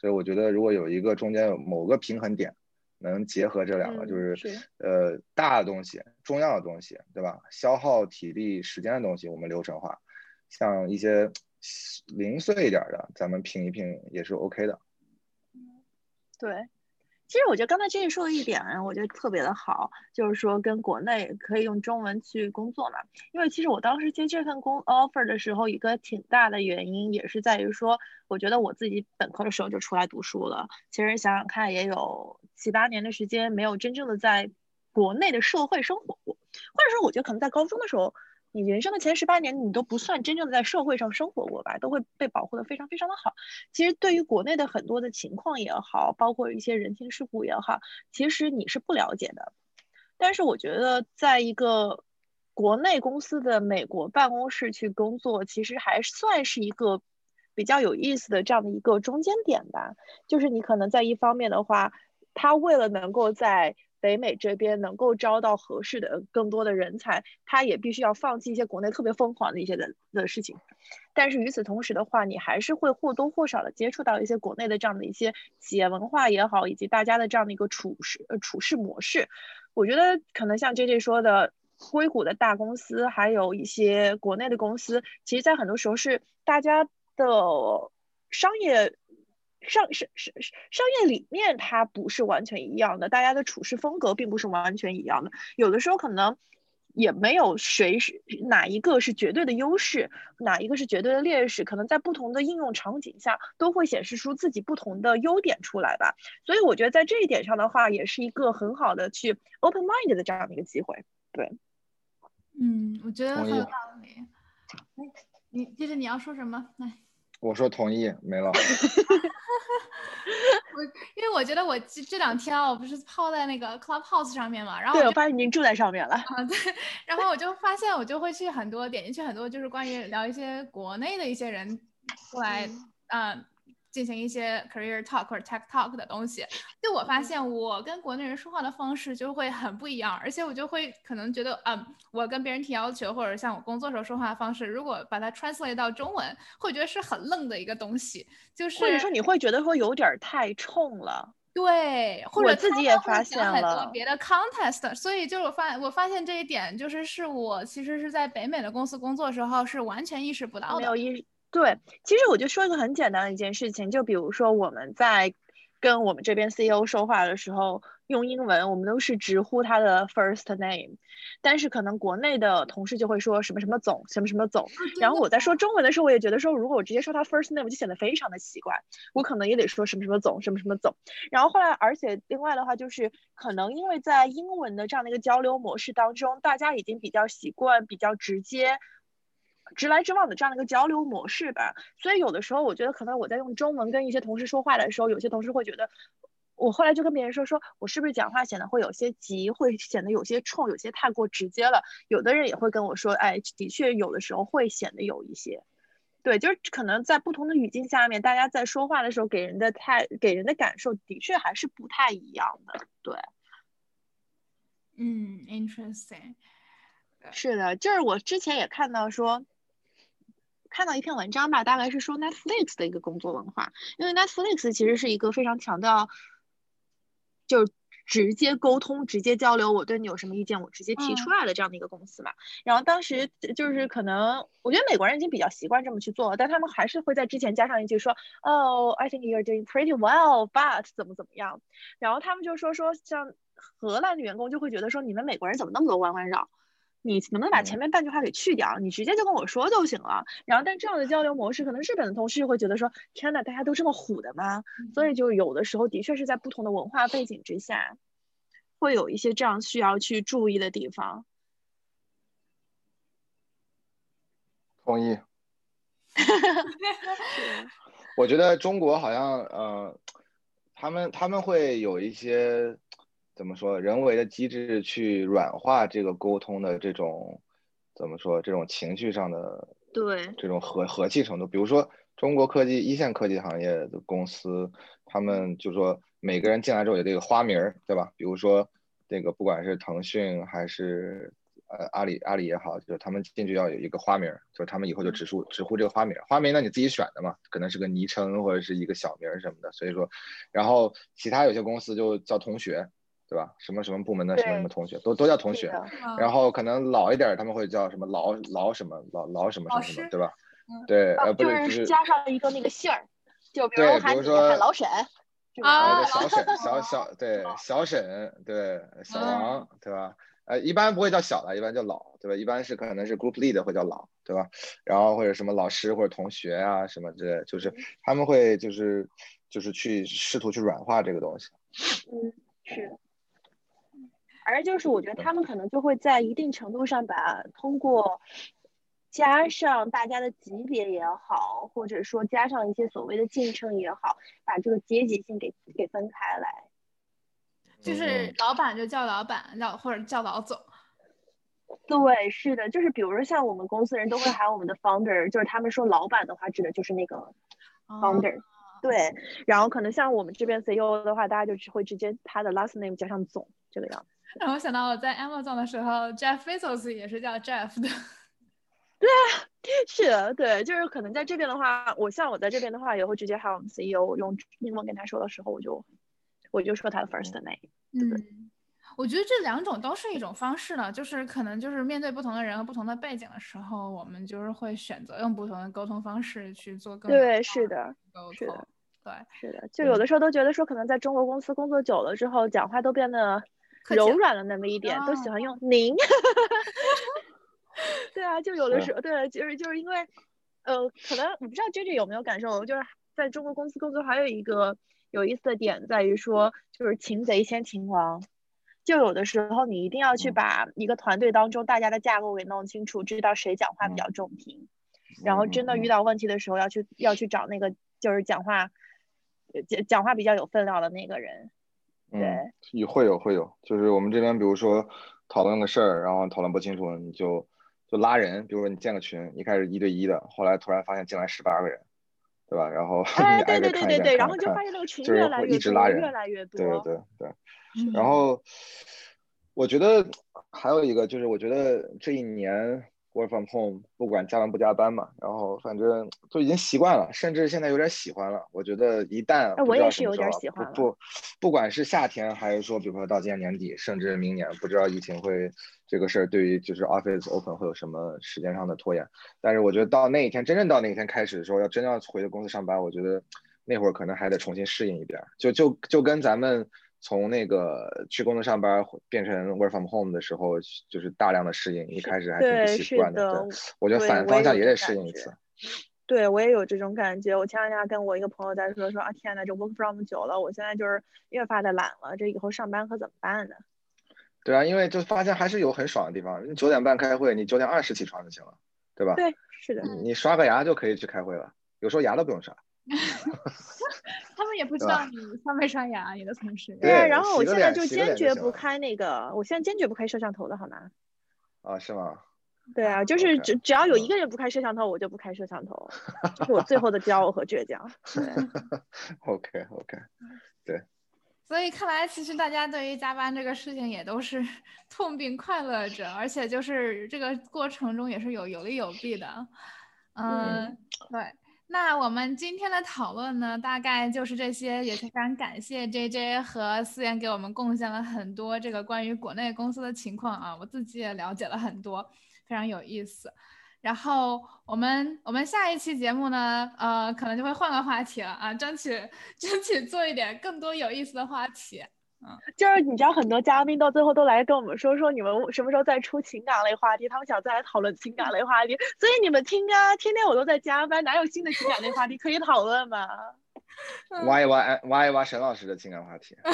所以我觉得如果有一个中间有某个平衡点能结合这两个， 嗯、 就是是呃大的东西、重要的东西，对吧？消耗体力、时间的东西我们流程化，像一些零碎一点的，咱们拼一拼也是 OK 的。 对。其实我觉得刚才 J 说的一点，我觉得特别的好，就是说跟国内可以用中文去工作嘛。因为其实我当时接这份工 offer 的时候，一个挺大的原因也是在于说，我觉得我自己本科的时候就出来读书了，其实想想看也有七八年的时间没有真正的在国内的社会生活过，或者说我觉得可能在高中的时候，你人生的前十八年，你都不算真正的在社会上生活过吧，都会被保护的非常非常的好。其实对于国内的很多的情况也好，包括一些人情世故也好，其实你是不了解的。但是我觉得，在一个国内公司的美国办公室去工作，其实还算是一个比较有意思的这样的一个中间点吧。就是你可能在一方面的话，他为了能够在北美这边能够招到合适的更多的人才，他也必须要放弃一些国内特别疯狂的一些的的事情。但是与此同时的话，你还是会或多或少的接触到一些国内的这样的一些企业文化也好，以及大家的这样的一个处事呃处事模式。我觉得可能像 J J 说的，硅谷的大公司，还有一些国内的公司，其实在很多时候是大家的商业。商商商商业理念它不是完全一样的，大家的处事风格并不是完全一样的，有的时候可能也没有谁是哪一个是绝对的优势，哪一个是绝对的劣势，可能在不同的应用场景下都会显示出自己不同的优点出来吧。所以我觉得在这一点上的话，也是一个很好的去 open mind 的这样的一个机会。对， 嗯，我觉得很有同意。 道理。哎，你接着你要说什么？来。 我说同意，没了。 我因为我觉得我这这两天啊，我不是泡在那个 Clubhouse 上面嘛，然后对， 我就我发现您住在上面了。 啊，对，然后我就发现我就会去很多点进去很多就是关于聊一些国内的一些人过来啊、呃进行一些 career talk 或者 tech talk 的东西，就我发现我跟国内人说话的方式就会很不一样，而且我就会可能觉得，嗯，我跟别人提要求或者像我工作时候说话的方式，如果把它 translate 到中文，会觉得是很愣的一个东西，就是或者说你会觉得说有点太冲了。 对，或者他我自己也们会发现讲很多了。 别的 context，所以就是我发我发现这一点，就是是我其实是在北美的公司工作的时候是完全意识不到的。 没有意对，其实我就说一个很简单的一件事情，就比如说我们在跟我们这边 C E O 说话的时候，用英文，我们都是直呼他的 first name，但是可能国内的同事就会说什么什么总，什么什么总。然后我在说中文的时候，我也觉得说，如果我直接说他 first name，就显得非常的奇怪，我可能也得说什么什么总，什么什么总。然后后来，而且另外的话，就是可能因为在英文的这样的一个交流模式当中，大家已经比较习惯比较直接。直来直往的这样的一个交流模式吧，所以有的时候我觉得可能我在用中文跟一些同事说话的时候，有些同事会觉得，我后来就跟别人说说我是不是讲话显得会有些急，会显得有些冲，有些太过直接了。有的人也会跟我说，哎，的确有的时候会显得有一些，对，就是可能在不同的语境下面，大家在说话的时候给人的太给人的感受的确还是不太一样的，对。 嗯 ，interesting。 是的，就是我之前也看到说。看到一篇文章吧，大概是说 Netflix 的一个工作文化，因为 Netflix 其实是一个非常强调就直接沟通、直接交流，我对你有什么意见，我直接提出来的这样的一个公司嘛。嗯、然后当时就是可能，我觉得美国人已经比较习惯这么去做，但他们还是会在之前加上一句说，哦、oh, ，I think you're doing pretty well, but 怎么怎么样。然后他们就说说像荷兰的员工就会觉得说，你们美国人怎么那么多弯弯绕？你能不能把前面半句话给去掉？你直接就跟我说就行了。然后，但这样的交流模式，可能日本的同事会觉得说：“天呐，大家都这么虎的吗？”所以就有的时候的确是在不同的文化背景之下，会有一些这样需要去注意的地方。 同意。我觉得中国好像呃，他们他们会有一些。怎么说人为的机制去软化这个沟通的这种怎么说这种情绪上的对这种和和气程度，比如说中国科技一线科技行业的公司，他们就说每个人进来之后有这个花名，对吧？比如说这个不管是腾讯还是呃阿里阿里也好，就他们进去要有一个花名，就是他们以后就直呼直呼这个花名，花名呢你自己选的嘛，可能是个昵称或者是一个小名什么的，所以说，然后其他有些公司就叫同学，对吧？什么什么部门的什么什么同学都都叫同学，然后可能老一点他们会叫什么劳劳什么劳劳什么什么什么，对吧？对，呃，不是就是加上一个那个姓儿，就比如喊你喊老沈。 啊，小沈，小小对，小沈，对，小王，对吧？呃，一般不会叫小的，一般叫老，对吧？一般是可能是 group lead 会叫老，对吧？然后或者什么老师或者同学啊什么之类，就是他们会就是就是去试图去软化这个东西。 嗯，是。而就是我觉得他们可能就会在一定程度上把通过加上大家的级别也好，或者说加上一些所谓的晋升也好，把这个阶级性给给分开来。 就是老板就叫老板，叫或者叫老总。 对，是的，就是比如说像我们公司人都会喊我们的 founder， 就是他们说老板的话指的就是那个 founder。哦、对，然后可能像我们这边 C E O 的话，大家就只会直接他的 last name 加上总这个样子。 让我想到我在 Amazon 的时候 ，Jeff Bezos 也是叫 Jeff 的。 对啊，是的，对，就是可能在这边的话，我像我在这边的话，也会直接喊我们 C E O 用英文跟他说的时候，我就我就说他的 first name。 嗯，我觉得这两种都是一种方式呢，就是可能就是面对不同的人和不同的背景的时候，我们就是会选择用不同的沟通方式去做更对，是的， 是的，对， 是的，就有的时候都觉得说，可能在中国公司工作久了之后，讲话都变得柔软了那么一点，都喜欢用您。对啊，就有的时候，对，就是就是因为，呃，可能我不知道 J J 有没有感受，就是在中国公司工作还有一个有意思的点在于说，就是擒贼先擒王。就有的时候你一定要去把一个团队当中大家的架构给弄清楚，知道谁讲话比较中听，然后真的遇到问题的时候要去要去找那个就是讲话讲讲话比较有分量的那个人。对， 嗯，会有会有，就是我们这边比如说讨论个事儿，然后讨论不清楚，你就就拉人，比如说你建个群，一开始一对一的，后来突然发现进来十八个人，对吧？然后哎， 你挨对对对对对，然后就看发现那个群就是越来越多， 一直拉人， 越来越多。 对对对。然后我觉得还有一个就是，我觉得这一年 work from home 不管加班不加班嘛，然后反正都已经习惯了，甚至现在有点喜欢了。我觉得一旦不知道什么时候，不不不管是夏天还是说，比如说到今年年底，甚至明年，不知道疫情会这个事儿对于就是 office open 会有什么时间上的拖延。但是我觉得到那一天，真正到那一天开始的时候，要真要回到公司上班，我觉得那会儿可能还得重新适应一遍，就就就跟咱们从那个去公司上班变成 work from home 的时候，就是大量的适应，一开始还挺不习惯的。对，我觉得反方向也得适应一次。 对，我也有这种感觉。我前两天跟我一个朋友在说说啊，天哪，这 work from 久了，我现在就是越发的懒了，这以后上班可怎么办呢？ 对啊，因为就发现还是有很爽的地方。你九点半开会，你九点二十起床就行了，对吧？ 对，是的。 你刷个牙就可以去开会了，有时候牙都不用刷。 他们也不知道你刷没刷牙，你的同事。 对啊，然后我现在就坚决不开那个，我现在坚决不开摄像头的好吗？ 啊，是吗？ 对啊，就是只只要有一个人不开摄像头，我就不开摄像头，这是我最后的骄傲和倔强。对。 OK OK， 对。 所以看来，其实大家对于加班这个事情也都是痛并快乐着，而且就是这个过程中也是有有利有弊的。嗯，嗯对。那我们今天的讨论呢，大概就是这些，也非常感谢 J J 和思妍给我们贡献了很多这个关于国内公司的情况啊，我自己也了解了很多，非常有意思。然后我们我们下一期节目呢，呃，可能就会换个话题了啊，争取争取做一点更多有意思的话题。嗯， 就是你知道很多嘉宾到最后都来跟我们说说你们什么时候再出情感类话题，他们想再来讨论情感类话题，所以你们听啊，天天我都在加班，哪有新的情感类话题可以讨论嘛？ 挖一挖挖一挖沈老师的情感话题。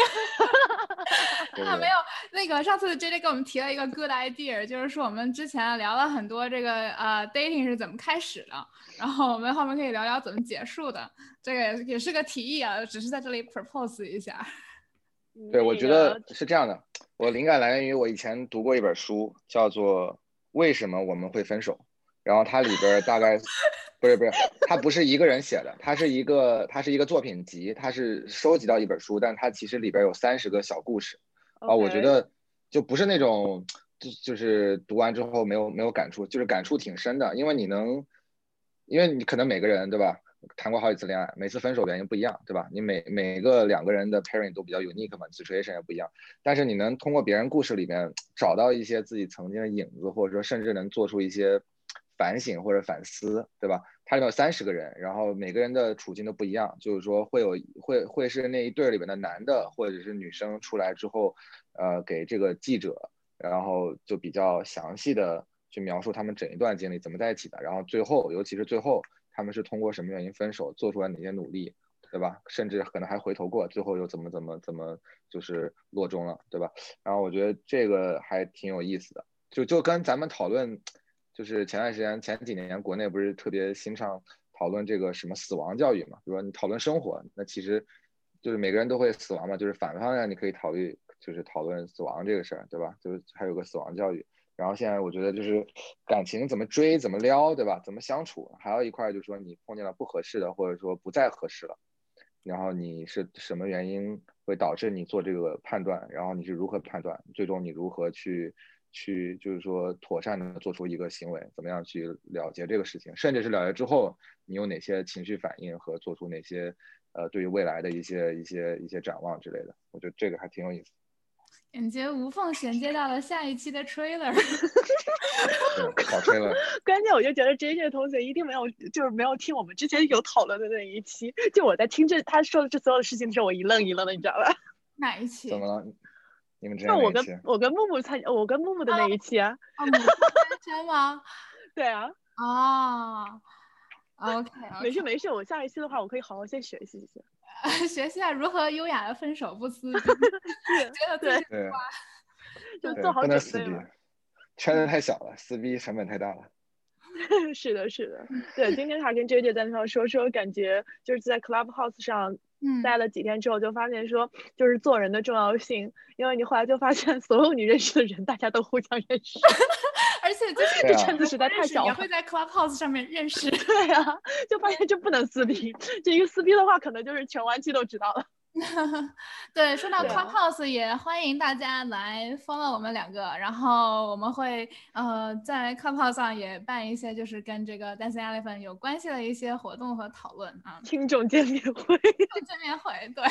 啊，没有，那个上次 J J 给我们提了一个 good idea， 就是说我们之前聊了很多这个呃 dating 是怎么开始的，然后我们后面可以聊聊怎么结束的，这个也是个提议啊，只是在这里 propose 一下。 对，我觉得是这样的，我灵感来源于我以前读过一本书，叫做《为什么我们会分手》，然后它里边大概不是不是，它不是一个人写的，它是一个它是一个作品集，它是收集到一本书，但它其实里边有三十个小故事啊， okay. 我觉得就不是那种就就是读完之后没有没有感触，就是感触挺深的，因为你能，因为你可能每个人对吧，谈过好几次恋爱，每次分手原因不一样，对吧？你每每个两个人的 pairing 都比较 unique 嘛 ，situation 也不一样，但是你能通过别人故事里面找到一些自己曾经的影子，或者说甚至能做出一些反省或者反思，对吧？它里面有三十个人，然后每个人的处境都不一样，就是说会有会会是那一对里面的男的或者是女生出来之后，呃，给这个记者，然后就比较详细的去描述他们整一段经历怎么在一起的，然后最后尤其是最后他们是通过什么原因分手，做出了哪些努力，对吧？甚至可能还回头过，最后又怎么怎么怎么就是落中了，对吧？然后我觉得这个还挺有意思的，就就跟咱们讨论。就是前段时间前几年国内不是特别兴上讨论这个什么死亡教育嘛，比如说你讨论生活，那其实就是每个人都会死亡嘛，就是反方向你可以考虑就是讨论死亡这个事儿，对吧？就是还有个死亡教育。然后现在我觉得就是感情怎么追怎么撩，对吧？怎么相处，还有一块就是说你碰见了不合适的，或者说不再合适了，然后你是什么原因会导致你做这个判断，然后你是如何判断，最终你如何去去就是说妥善的做出一个行为，怎么样去了结这个事情，甚至是了结之后你有哪些情绪反应和做出哪些呃对于未来的一些一些一些展望之类的，我觉得这个还挺有意思。 感觉无缝衔接到了下一期的 trailer。 对，好 trailer。 关键我就觉得 J J 同学一定没有，就是没有听我们之前有讨论的那一期。就我在听这他说的这所有的事情的时候，我一愣一愣的，你知道吧？ 哪一期？ 怎么了？你们之就我前哪一期？ 跟我跟木木参，我跟木木的那一期啊。 哦，母单身吗？ 对啊。 哦。OK， 没事没事，我下一期的话，我可以好好先学习一下。 学习下如何优雅的分手不撕逼。觉得对对， 就做好不能撕逼， 准备嘛。 圈子太小了，撕逼成本太大了。 是的，是的，对，今天还跟 J J 在那上说说，感觉就是在 Clubhouse 上待了几天之后，就发现说，就是做人的重要性，因为你后来就发现，所有你认识的人，大家都互相认识， 而且就是这圈子实在太小了， 也会在 Clubhouse 上面认识。 对啊，就发现这不能撕逼，这一个撕逼的话，可能就是全湾区都知道了。 对，说到 Clubhouse 也欢迎大家来 follow 我们两个，然后我们会呃在 Clubhouse 上也办一些就是跟这个 Dancing Elephant 有关系的一些活动和讨论啊。 听众见面会。 听众见面会，对。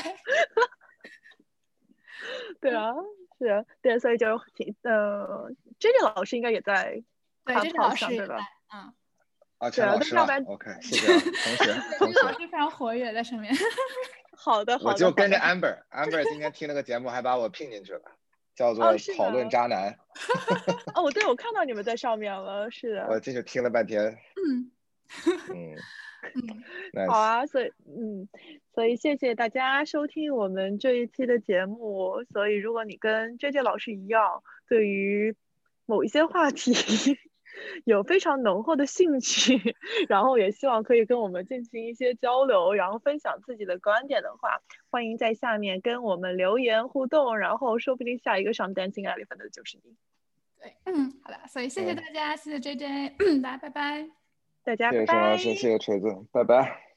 对啊，是啊，对，所以就挺呃 ，J J 老师应该也在 Clubhouse 上对吧？ 嗯。 啊，陈老师啊 ，OK， 谢谢啊，同学，同学。 老师非常活跃在上面。 好的，好的。 我就跟着 Amber，Amber 今天听了个节目，还把我聘进去了，叫做讨论渣男。 哦，对，我看到你们在上面了，是的。 我进去听了半天。 嗯。 嗯。 嗯，好啊，所以嗯，所以谢谢大家收听我们这一期的节目。所以如果你跟 J J 老师一样，对于某一些话题有非常浓厚的兴趣，然后也希望可以跟我们进行一些交流，然后分享自己的观点的话，欢迎在下面跟我们留言互动，然后说不定下一个上 Dancing Elephant 的就是你。 对，嗯，好的，所以谢谢大家，嗯、谢谢 J J，大家拜拜。 大家拜拜。 谢谢沈老师，谢谢锤子，拜拜。